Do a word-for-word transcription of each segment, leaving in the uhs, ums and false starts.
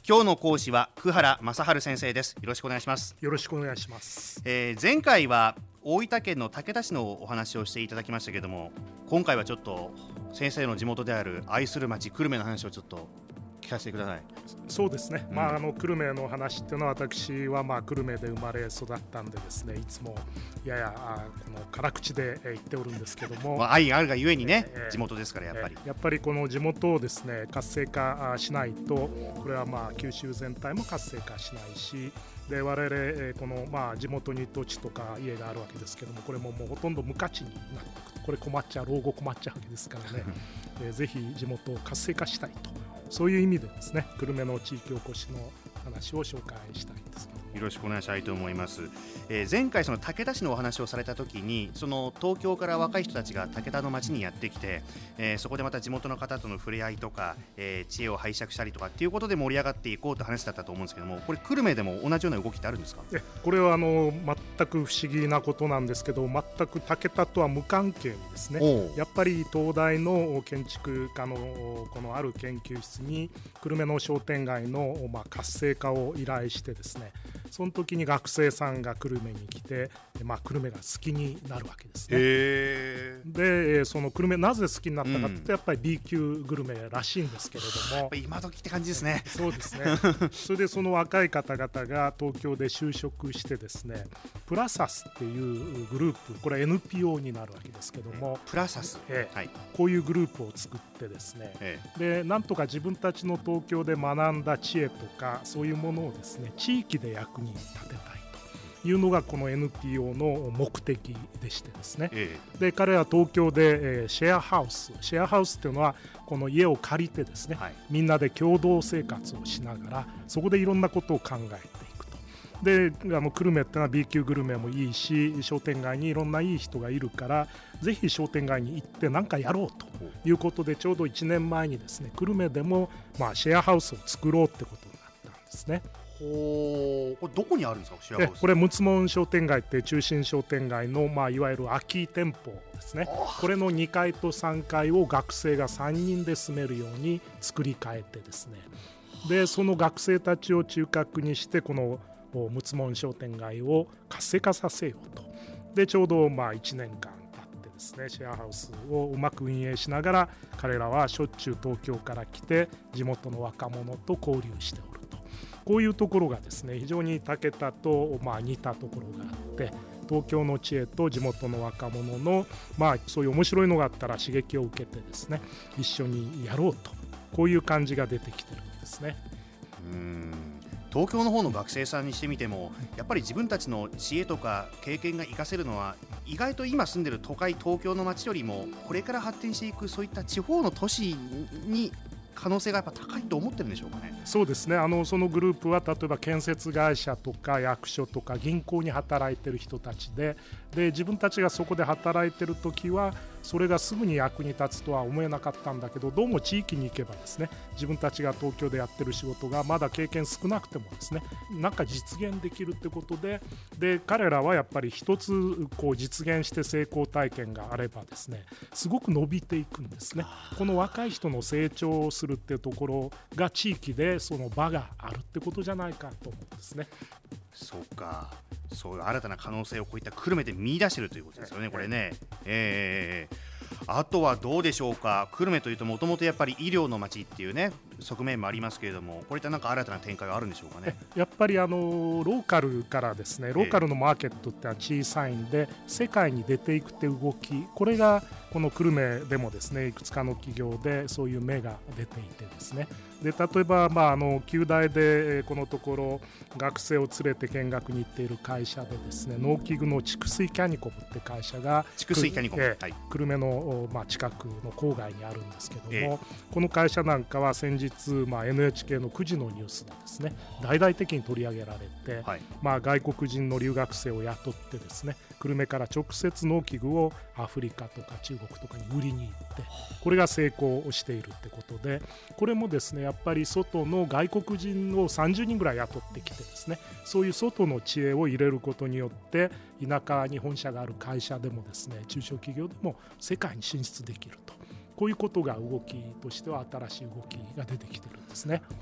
今日の講師は久原正治先生です。よろしくお願いします。 よろしくお願いします。 えー、前回は大分県の竹田市のお話をしていただきましたけれども、今回はちょっと先生の地元である愛する町久留米の話をちょっと聞かせてください。 そうですね、 うん、 まあ、あの久留米の話っていうのは、私はまあ久留米で生まれ育ったんでですね、いつもややこの辛口で言っておるんですけども、 まあ、愛があるがゆえにね、 えー、 地元ですからやっぱり、 えー、やっぱりこの地元をですね活性化しないと、これはまあ九州全体も活性化しないし、で我々このまあ地元に土地とか家があるわけですけども、これももうほとんど無価値になっていくと、これ困っちゃう、老後困っちゃうわけですからねえー、ぜひ地元を活性化したいと、そういう意味でですね、久留米の地域おこしの話を紹介したいんですけども、 よろしくお願いしたいと思います。えー、前回その武田市のお話をされた時に、その東京から若い人たちが武田の町にやってきて、えー、そこでまた地元の方との触れ合いとか、えー、知恵を拝借したりとかっていうことで盛り上がっていこうという話だったと思うんですけども、これ久留米でも同じような動きってあるんですか？ えこれはあの全く不思議なことなんですけど、全く武田とは無関係にですね、やっぱり東大の建築家のこのある研究室に久留米の商店街のまあ活性化を依頼してですね、その時に学生さんが久留米に来て、まあ、久留米が好きになるわけですね。 へでその久留米なぜ好きになったかというと、やっぱり B 級グルメらしいんですけれども、 やっぱ今時って感じですね。 そうですねそれでその若い方々が東京で就職してですね、プラサスっていうグループ、これ エヌピーオー になるわけですけども、 プラサス、 ええはい、 こういうグループを作ってですね、ええ、でなんとか自分たちの東京で学んだ知恵とかそういうものをですね、地域で役に立てたいというのがこの エヌピーオー の目的でしてですね、ええ、で彼は東京で、えー、シェアハウスシェアハウスっていうのはこの家を借りてですね、はい、みんなで共同生活をしながら、そこでいろんなことを考えていくと。であの久留米っていうのは B 級グルメもいいし、商店街にいろんないい人がいるから、ぜひ商店街に行って何かやろうということで、ちょうどいちねんまえにですね、久留米でもまあシェアハウスを作ろうってことになったんですね。 ほこれどこにあるんですか？シェアハウス。 これ陸奥門商店街って中心商店街の、まあ、いわゆる空き店舗ですね。これのにかいとさんかいを学生がさんにんで住めるように作り変えてですね、でその学生たちを中核にして、この陸奥門商店街を活性化させようと。でちょうどまあいちねんかん経ってですね、シェアハウスをうまく運営しながら、彼らはしょっちゅう東京から来て地元の若者と交流しておると。こういうところがですね、非常に武田とまあ似たところがあって、東京の知恵と地元の若者のまあそういう面白いのがあったら刺激を受けてですね、一緒にやろうと、こういう感じが出てきてるんですね。 うーん東京の方の学生さんにしてみても、やっぱり自分たちの知恵とか経験が活かせるのは、意外と今住んでる都会東京の街よりも、これから発展していくそういった地方の都市に可能性がやっぱ高いと思ってるんでしょうかね。 そうですね、あのそのグループは例えば建設会社とか役所とか銀行に働いてる人たちで、で自分たちがそこで働いてる時はそれがすぐに役に立つとは思えなかったんだけど、どうも地域に行けばですね、自分たちが東京でやってる仕事がまだ経験少なくてもですね、なんか実現できるってことで、で彼らはやっぱり一つこう実現して成功体験があればですね、すごく伸びていくんですね。この若い人の成長をするっていうところが地域でその場があるってことじゃないかと思うんですね。 そうか、そういう新たな可能性をこういった久留米で見出しているということですよね、これね。えー、あとはどうでしょうか。久留米というともともとやっぱり医療の街っていうね側面もありますけれども、これってなんか新たな展開があるんでしょうかね。 やっぱりあのローカルからですね、ローカルのマーケットってのは小さいんで、世界に出ていくって動き、これがこの久留米でもですね、いくつかの企業でそういう芽が出ていてですね、で例えば、まあ、あの旧大でこのところ学生を連れて見学に行っている会社でですね、農機具の筑水キャニコムって会社が筑水キャニコム、 えーはい、久留米の、まあ、近くの郊外にあるんですけども、えー、この会社なんかは先日、まあ、エヌエイチケー のくじのニュースでですね、大々的に取り上げられて、はい、まあ、外国人の留学生を雇ってですね、久留米から直接農機具をアフリカとか中国とかに売りに行って、これが成功しているってことで、これもですね、やっぱり外の外国人をさんじゅうにんぐらい雇ってきてですね、そういう外の知恵を入れることによって、田舎に本社がある会社でもですね、中小企業でも世界に進出できると、こういうことが動きとしては新しい動きが出てきてるんですね。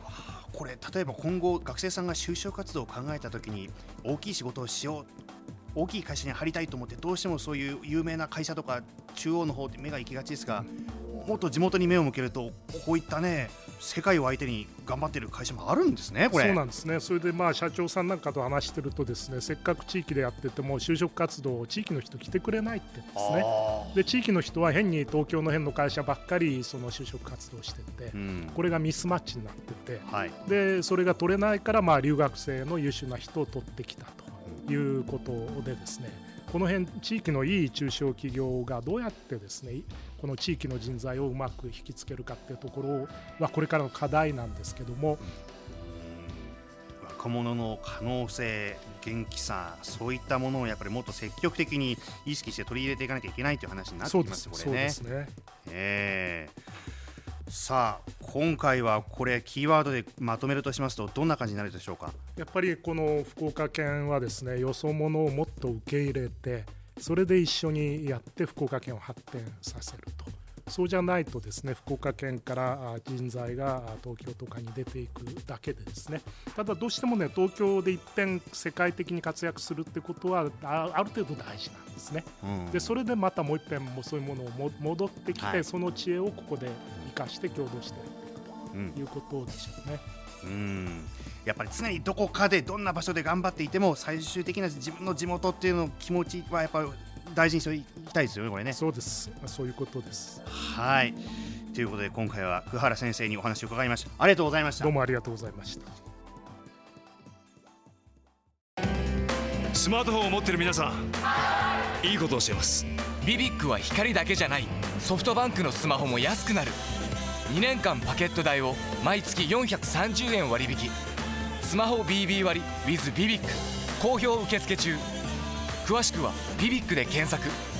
これ例えば今後学生さんが就職活動を考えたときに大きい仕事をしよう、大きい会社に入りたいと思ってどうしてもそういう有名な会社とか中央の方で目が行きがちですが、もっと地元に目を向けるとこういったね世界を相手に頑張っている会社もあるんですね。これそうなんですね。それでまあ社長さんなんかと話してるとですね、せっかく地域でやってても就職活動を地域の人来てくれないって言うんですね。で地域の人は変に東京の辺の会社ばっかりその就職活動してて、うん、これがミスマッチになってて、はい、でそれが取れないからまあ留学生の優秀な人を取ってきたということでですね、この辺地域のいい中小企業がどうやってですねこの地域の人材をうまく引きつけるかっていうところはこれからの課題なんですけども、 うん、若者の可能性、元気さ、そういったものをやっぱりもっと積極的に意識して取り入れていかなきゃいけないという話になってきますよね。 そうですね。 えー、さあ今回はこれキーワードでまとめるとしますとどんな感じになるでしょうか。 やっぱりこの福岡県はですね、よそ者をもっと受け入れて、それで一緒にやって福岡県を発展させると。そうじゃないとですね、福岡県から人材が東京とかに出ていくだけでですね、ただどうしてもね東京で一遍世界的に活躍するってことはある程度大事なんですね、うん、でそれでまたもう一遍もそういうものをも戻ってきて、はい、その知恵をここで生かして共同していくということでしょうね、 うんうん、やっぱり常にどこかでどんな場所で頑張っていても最終的な自分の地元っていうの気持ちはやっぱり大事にしていきたいですよね、これね。 そうです、そういうことです。 はい、ということで今回は久原先生にお話を伺いました。ありがとうございました。 どうもありがとうございました。 スマートフォンを持っている皆さん、いいことをしています。 ビビックは光だけじゃない、ソフトバンクのスマホも安くなる。にねんかんパケット代を毎月よんひゃくさんじゅうえん割引。スマホ ビービー 割 with ビビック好評受付中。詳しくはビビックで検索。